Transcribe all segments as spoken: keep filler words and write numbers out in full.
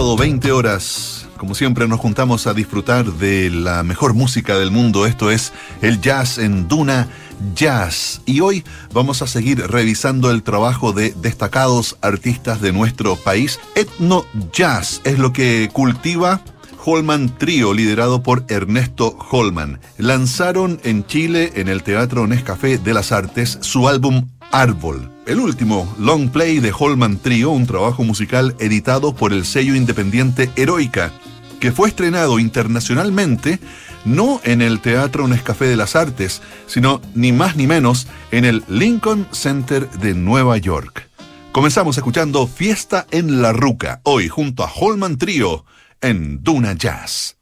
pasado veinte horas. Como siempre nos juntamos a disfrutar de la mejor música del mundo. Esto es el jazz en Duna Jazz. Y hoy vamos a seguir revisando el trabajo de destacados artistas de nuestro país. Etno Jazz es lo que cultiva Holman Trio, liderado por Ernesto Holman. Lanzaron en Chile, en el Teatro Nescafé de las Artes, su álbum Árbol, el último long play de Holman Trio, un trabajo musical editado por el sello independiente Heroica, que fue estrenado internacionalmente no en el Teatro Nescafé de las Artes, sino ni más ni menos en el Lincoln Center de Nueva York. Comenzamos escuchando Fiesta en la Ruca, hoy junto a Holman Trio en Duna Jazz.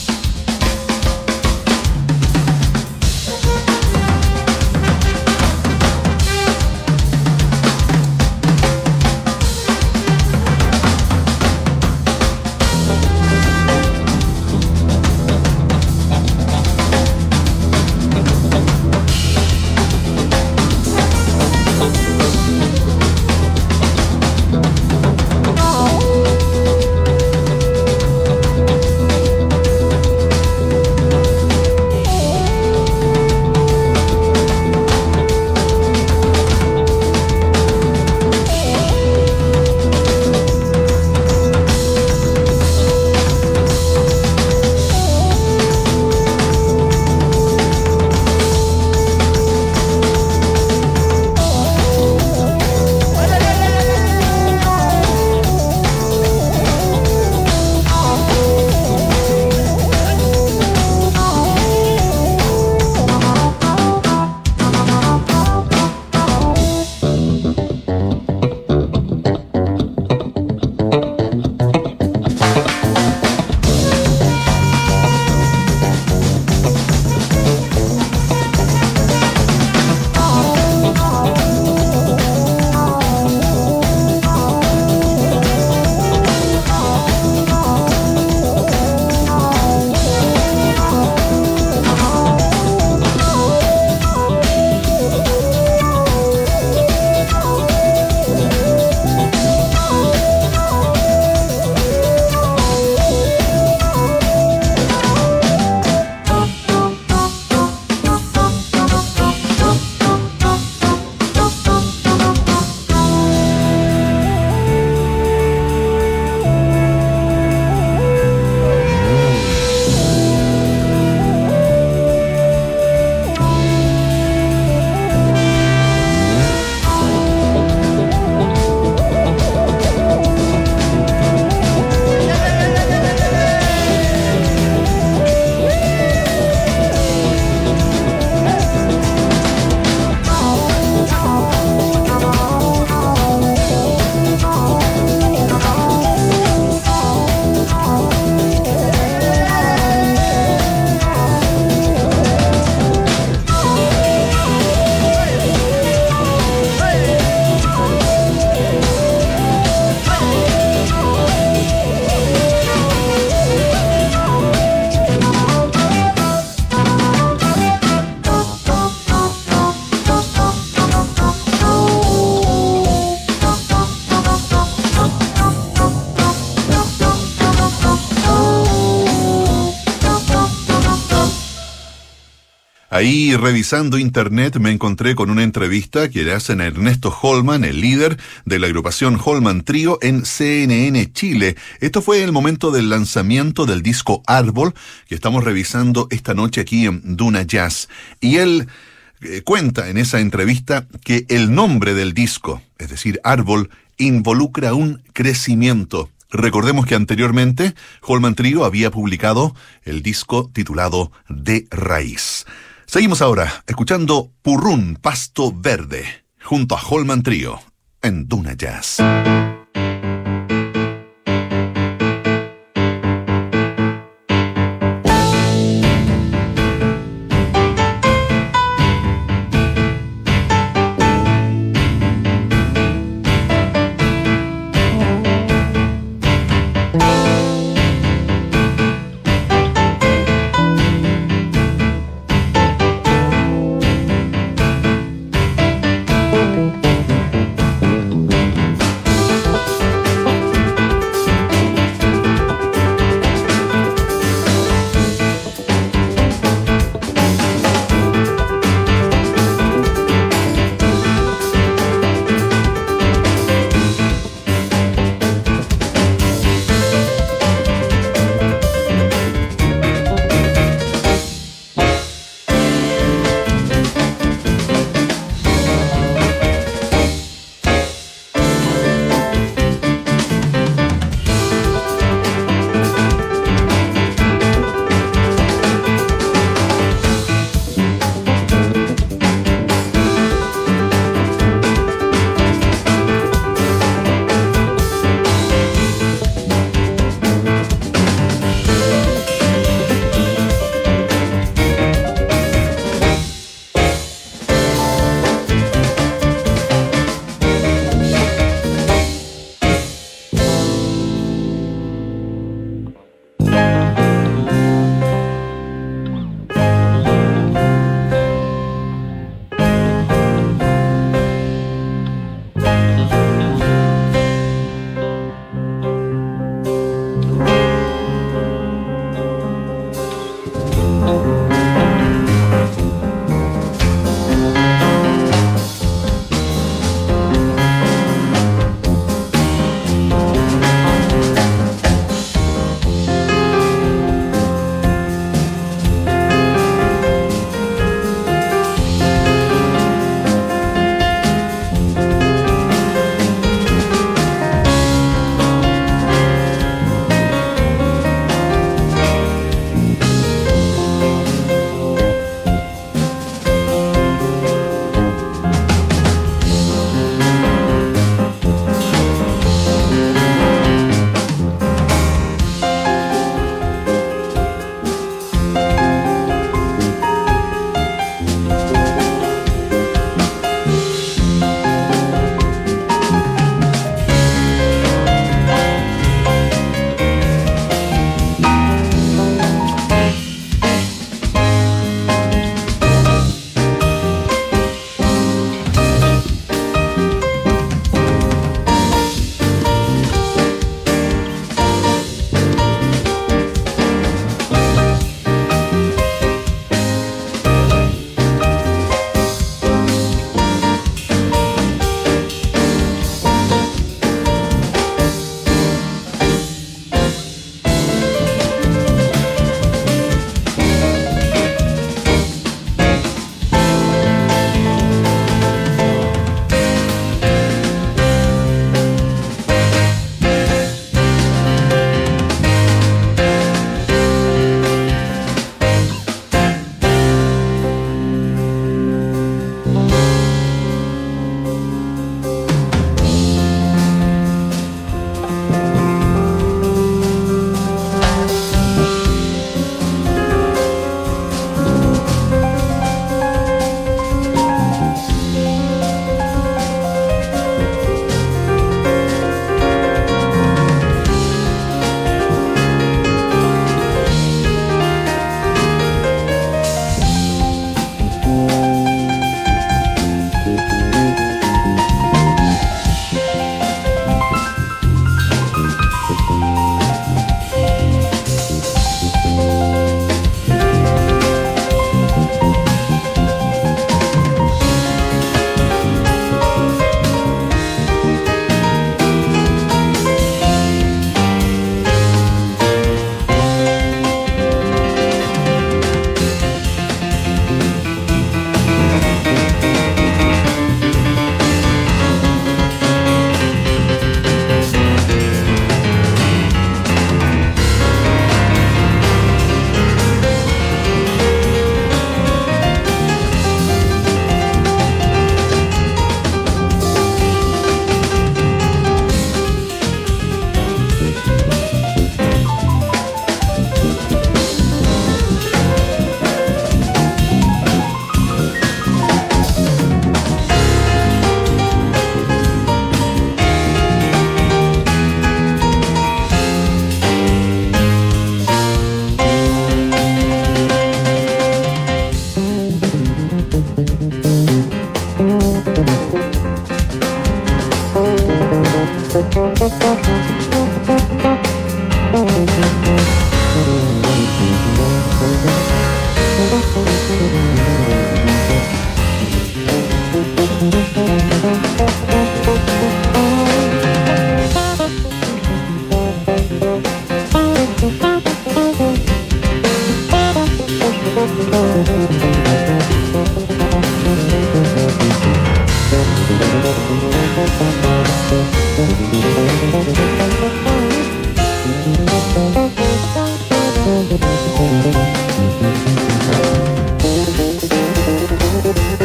Ahí, revisando internet, me encontré con una entrevista que le hacen a Ernesto Holman, el líder de la agrupación Holman Trio, en C N N Chile. Esto fue el momento del lanzamiento del disco Árbol, que estamos revisando esta noche aquí en Duna Jazz. Y él eh, cuenta en esa entrevista que el nombre del disco, es decir, Árbol, involucra un crecimiento. Recordemos que anteriormente Holman Trio había publicado el disco titulado De Raíz. Seguimos ahora escuchando Purrún, Pasto Verde, junto a Holman Trio en Duna Jazz.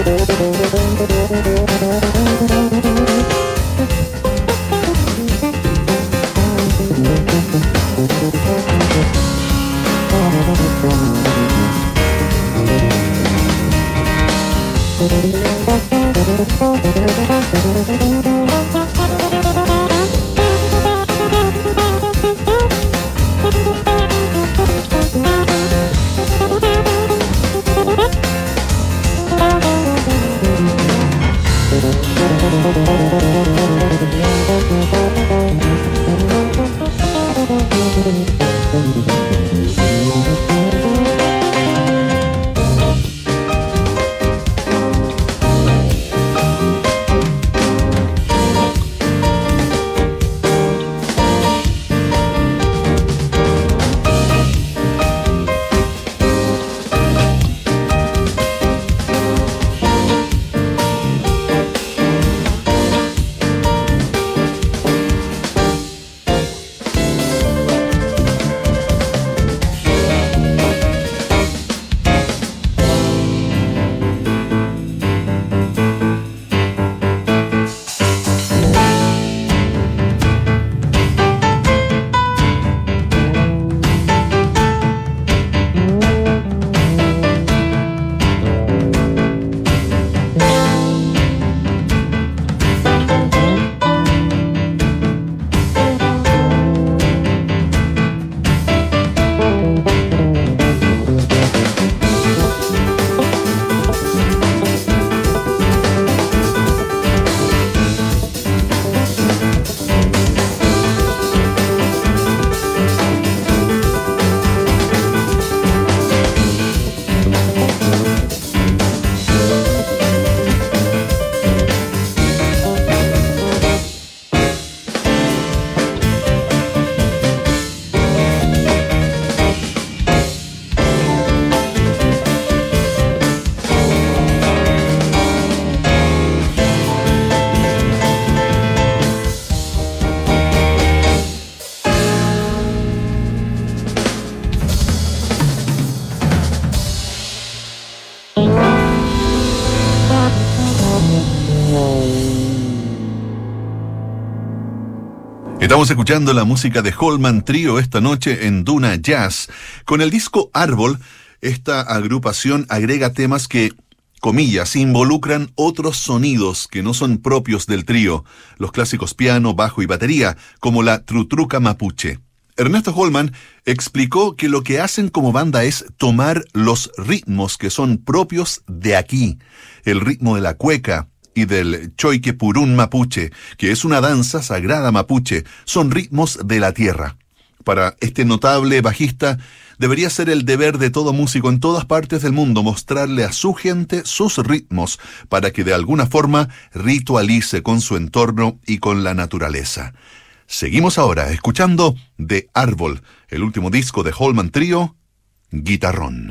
Estamos escuchando la música de Holman Trio esta noche en Duna Jazz. Con el disco Árbol, esta agrupación agrega temas que, comillas, involucran otros sonidos que no son propios del trío, los clásicos piano, bajo y batería, como la trutruca mapuche. Ernesto Holman explicó que lo que hacen como banda es tomar los ritmos que son propios de aquí, el ritmo de la cueca y del choiquepurún mapuche, que es una danza sagrada mapuche, son ritmos de la tierra. Para este notable bajista, debería ser el deber de todo músico en todas partes del mundo mostrarle a su gente sus ritmos para que de alguna forma ritualice con su entorno y con la naturaleza. Seguimos ahora escuchando de Árbol, el último disco de Holman Trio, Guitarrón.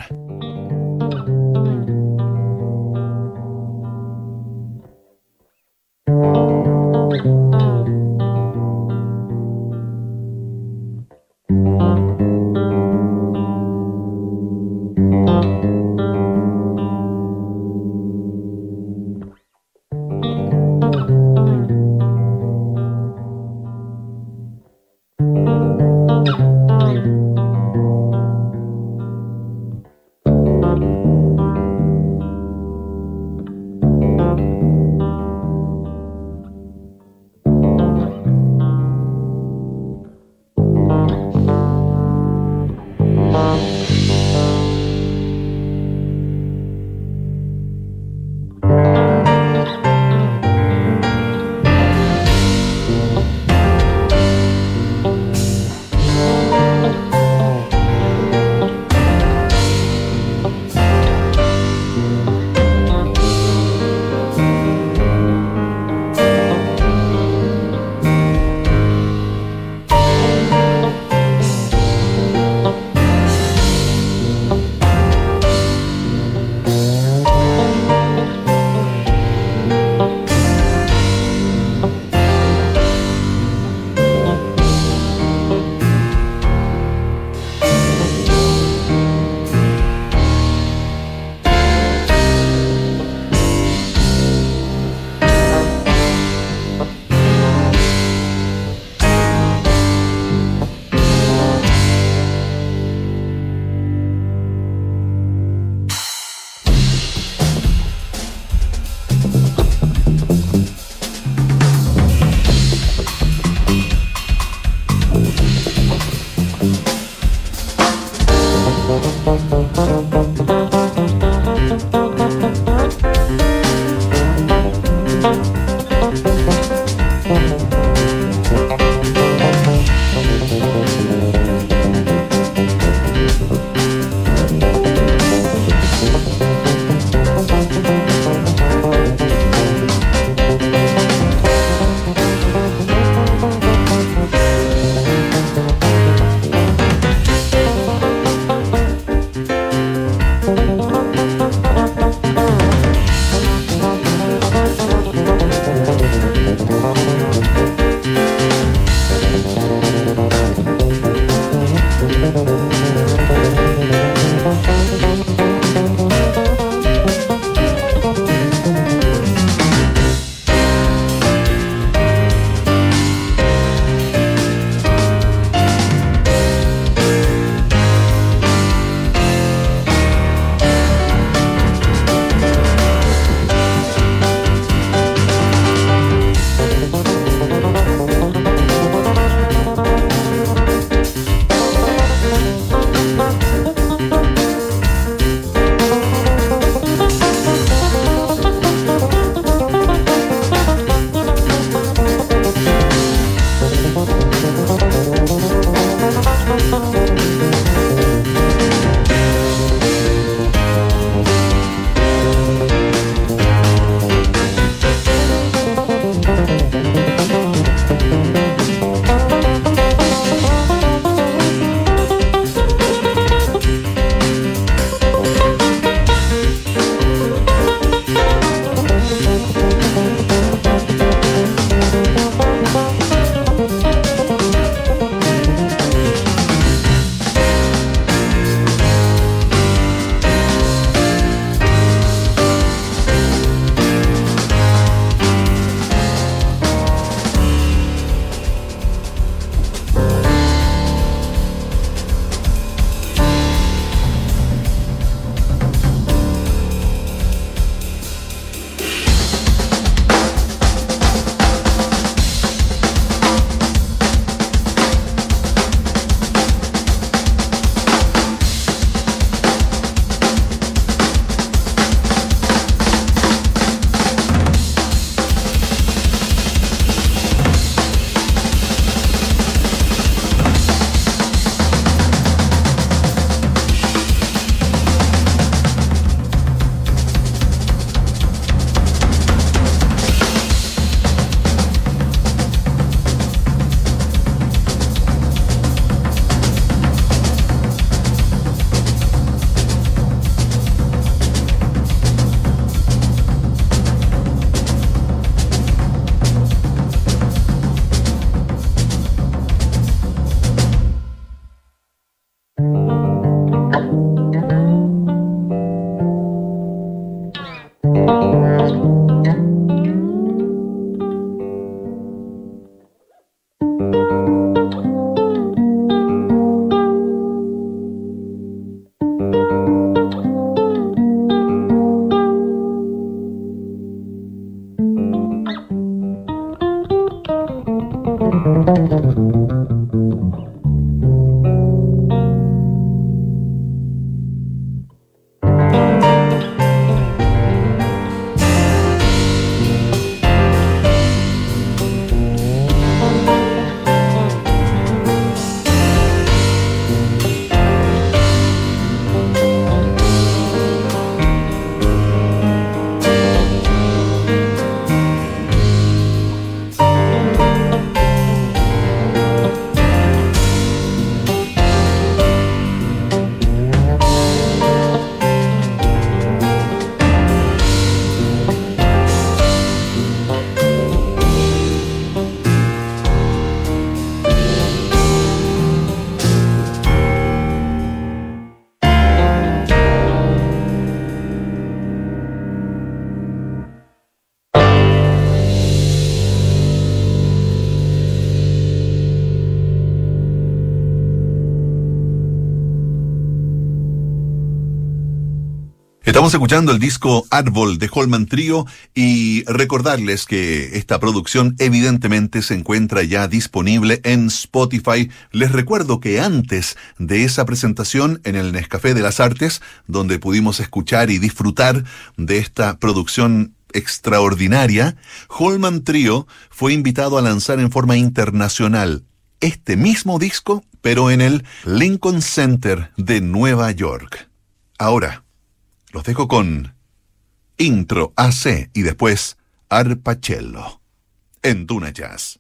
Estamos escuchando el disco Árbol de Holman Trio y recordarles que esta producción evidentemente se encuentra ya disponible en Spotify. Les recuerdo que antes de esa presentación en el Nescafé de las Artes, donde pudimos escuchar y disfrutar de esta producción extraordinaria, Holman Trio fue invitado a lanzar en forma internacional este mismo disco, pero en el Lincoln Center de Nueva York. Ahora, los dejo con Intro A C y después Arpacello en Duna Jazz.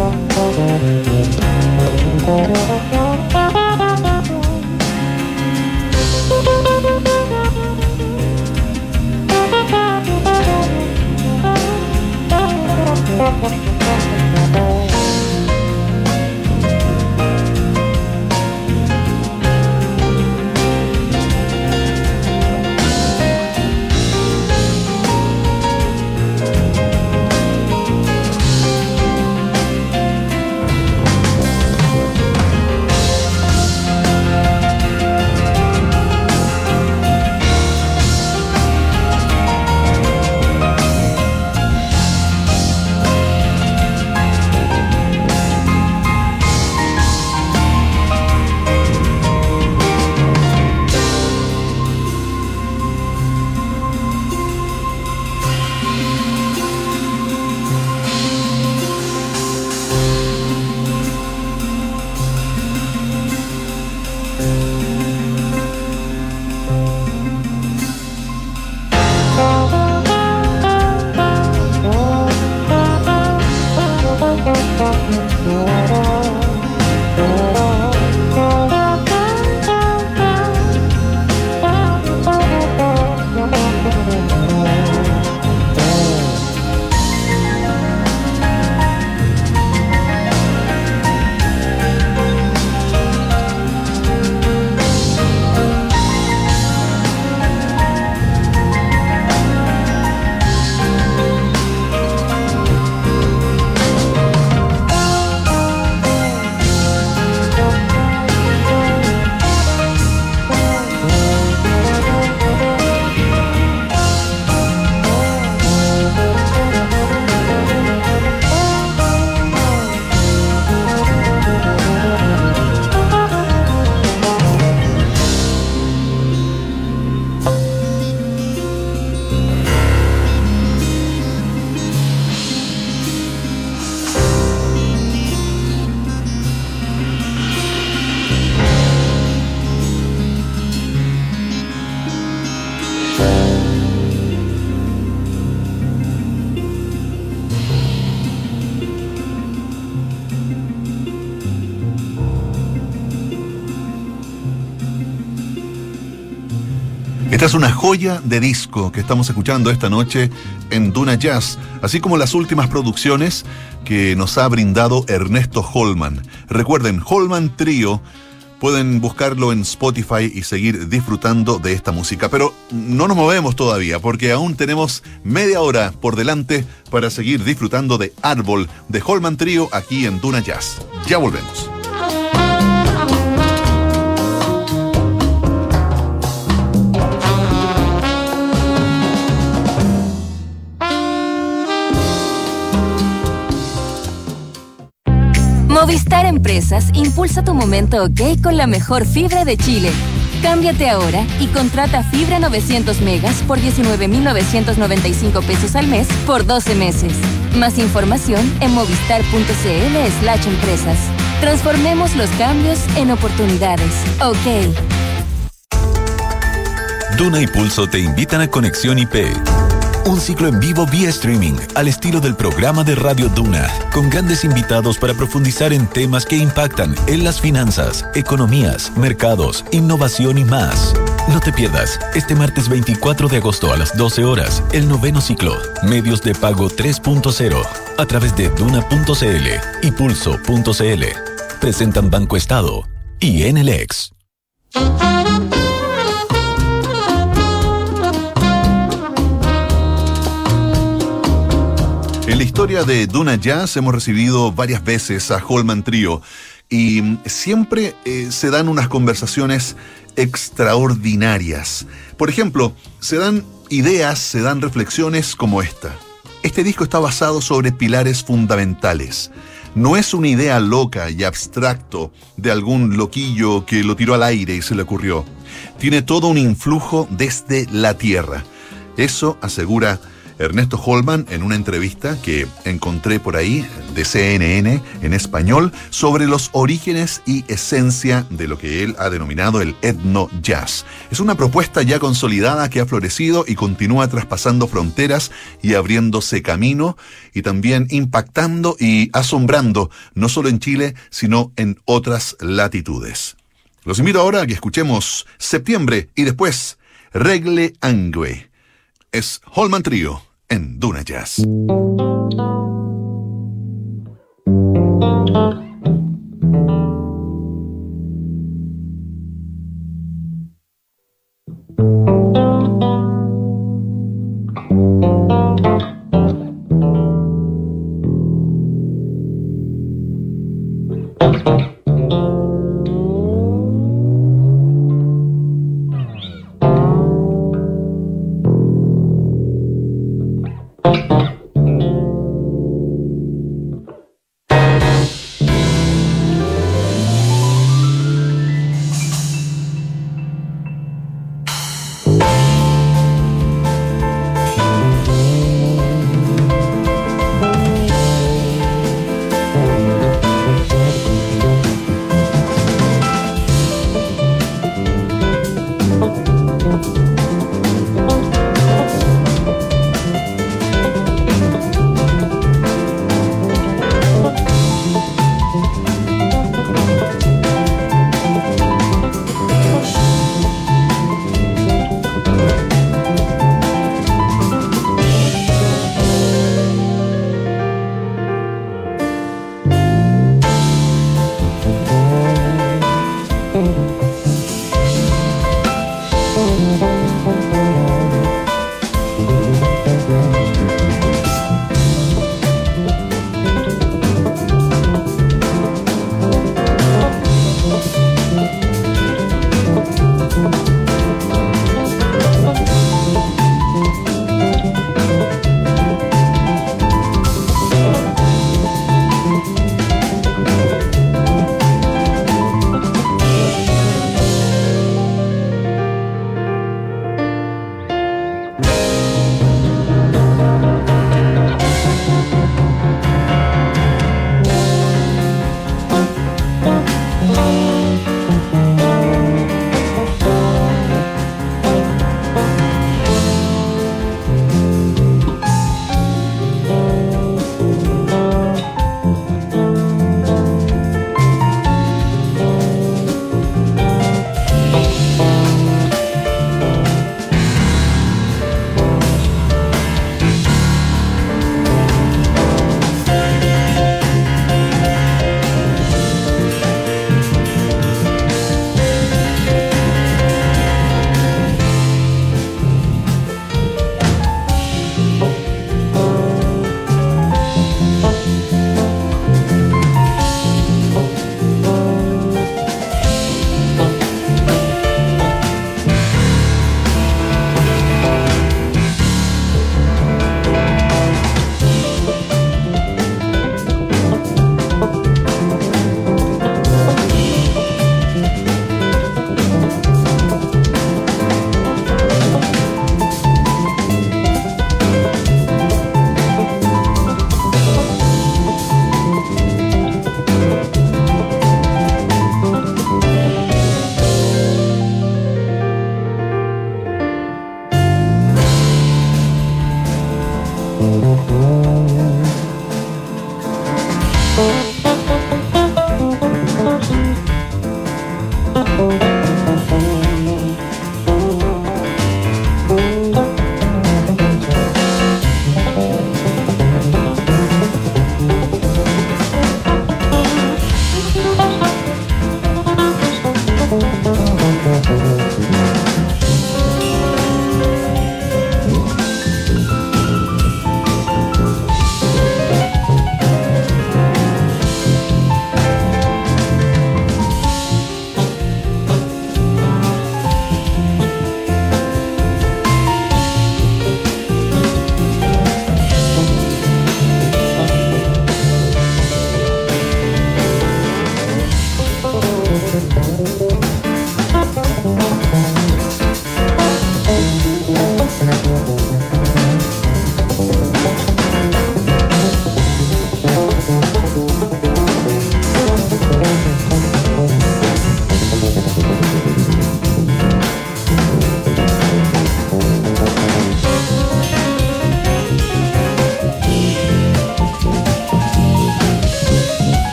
Esta es una joya de disco que estamos escuchando esta noche en Duna Jazz, así como las últimas producciones que nos ha brindado Ernesto Holman. Recuerden, Holman Trio, pueden buscarlo en Spotify y seguir disfrutando de esta música. Pero no nos movemos todavía, porque aún tenemos media hora por delante para seguir disfrutando de Árbol de Holman Trio aquí en Duna Jazz. Ya volvemos. Movistar Empresas impulsa tu momento OK con la mejor fibra de Chile. Cámbiate ahora y contrata fibra novecientos megas por diecinueve mil novecientos noventa y cinco pesos al mes por doce meses. Más información en movistar.cl slash empresas. Transformemos los cambios en oportunidades. OK. Duna y Pulso te invitan a Conexión I P. Un ciclo en vivo vía streaming, al estilo del programa de Radio Duna, con grandes invitados para profundizar en temas que impactan en las finanzas, economías, mercados, innovación y más. No te pierdas, este martes veinticuatro de agosto a las doce horas, el noveno ciclo, Medios de Pago tres punto cero, a través de Duna punto cl y Pulso punto cl. Presentan Banco Estado y Enelex. En la historia de Duna Jazz hemos recibido varias veces a Holman Trio y siempre eh, se dan unas conversaciones extraordinarias. Por ejemplo, se dan ideas, se dan reflexiones como esta. Este disco está basado sobre pilares fundamentales. No es una idea loca y abstracto de algún loquillo que lo tiró al aire y se le ocurrió. Tiene todo un influjo desde la tierra. Eso, asegura Ernesto Holman en una entrevista que encontré por ahí de C N N en español sobre los orígenes y esencia de lo que él ha denominado el etno jazz. Es una propuesta ya consolidada que ha florecido y continúa traspasando fronteras y abriéndose camino y también impactando y asombrando no solo en Chile sino en otras latitudes. Los invito ahora a que escuchemos Septiembre y después Regle Angue. Es Holman Trio en Duna Jazz.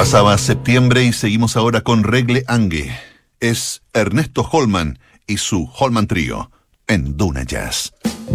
Pasaba septiembre y seguimos ahora con Regle Angue. Es Ernesto Holman y su Holman Trio en Duna Jazz.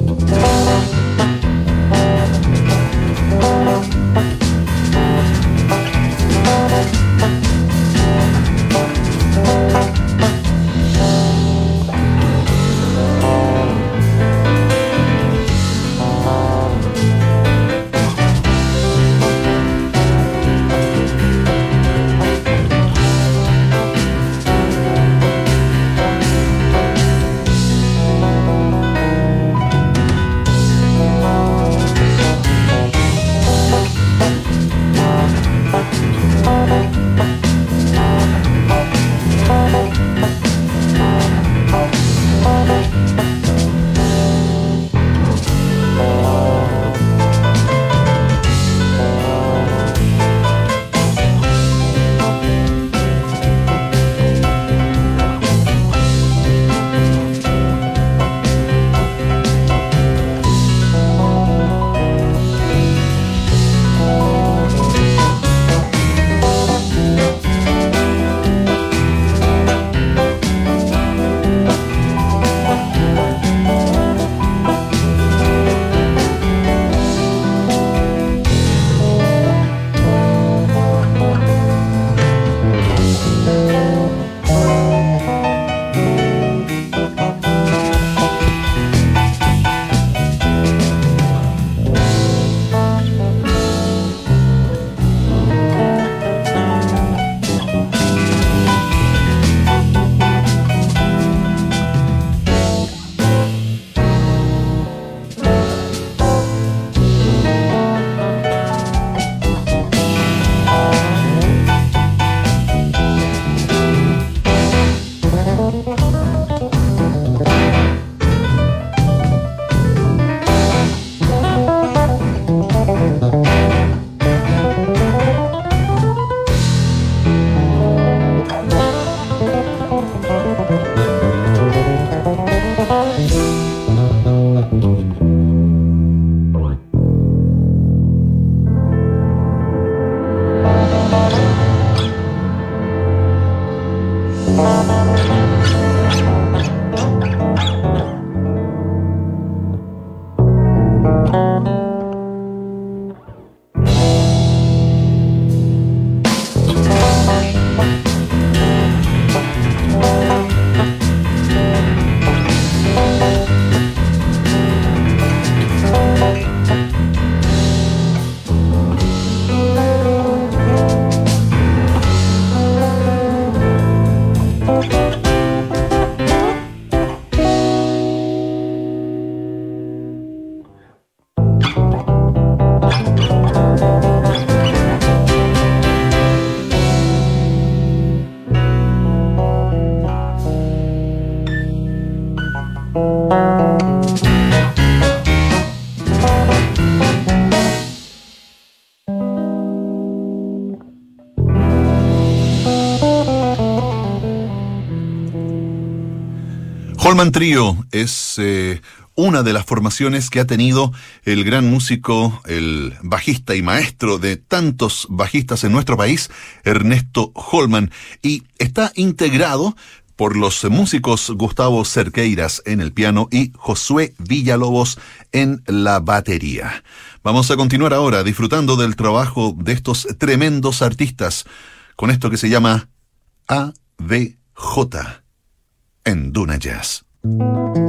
Holman Trio es eh, una de las formaciones que ha tenido el gran músico, el bajista y maestro de tantos bajistas en nuestro país, Ernesto Holman, y está integrado por los músicos Gustavo Cerqueiras en el piano y Josué Villalobos en la batería. Vamos a continuar ahora disfrutando del trabajo de estos tremendos artistas con esto que se llama A D J en Duna Jazz.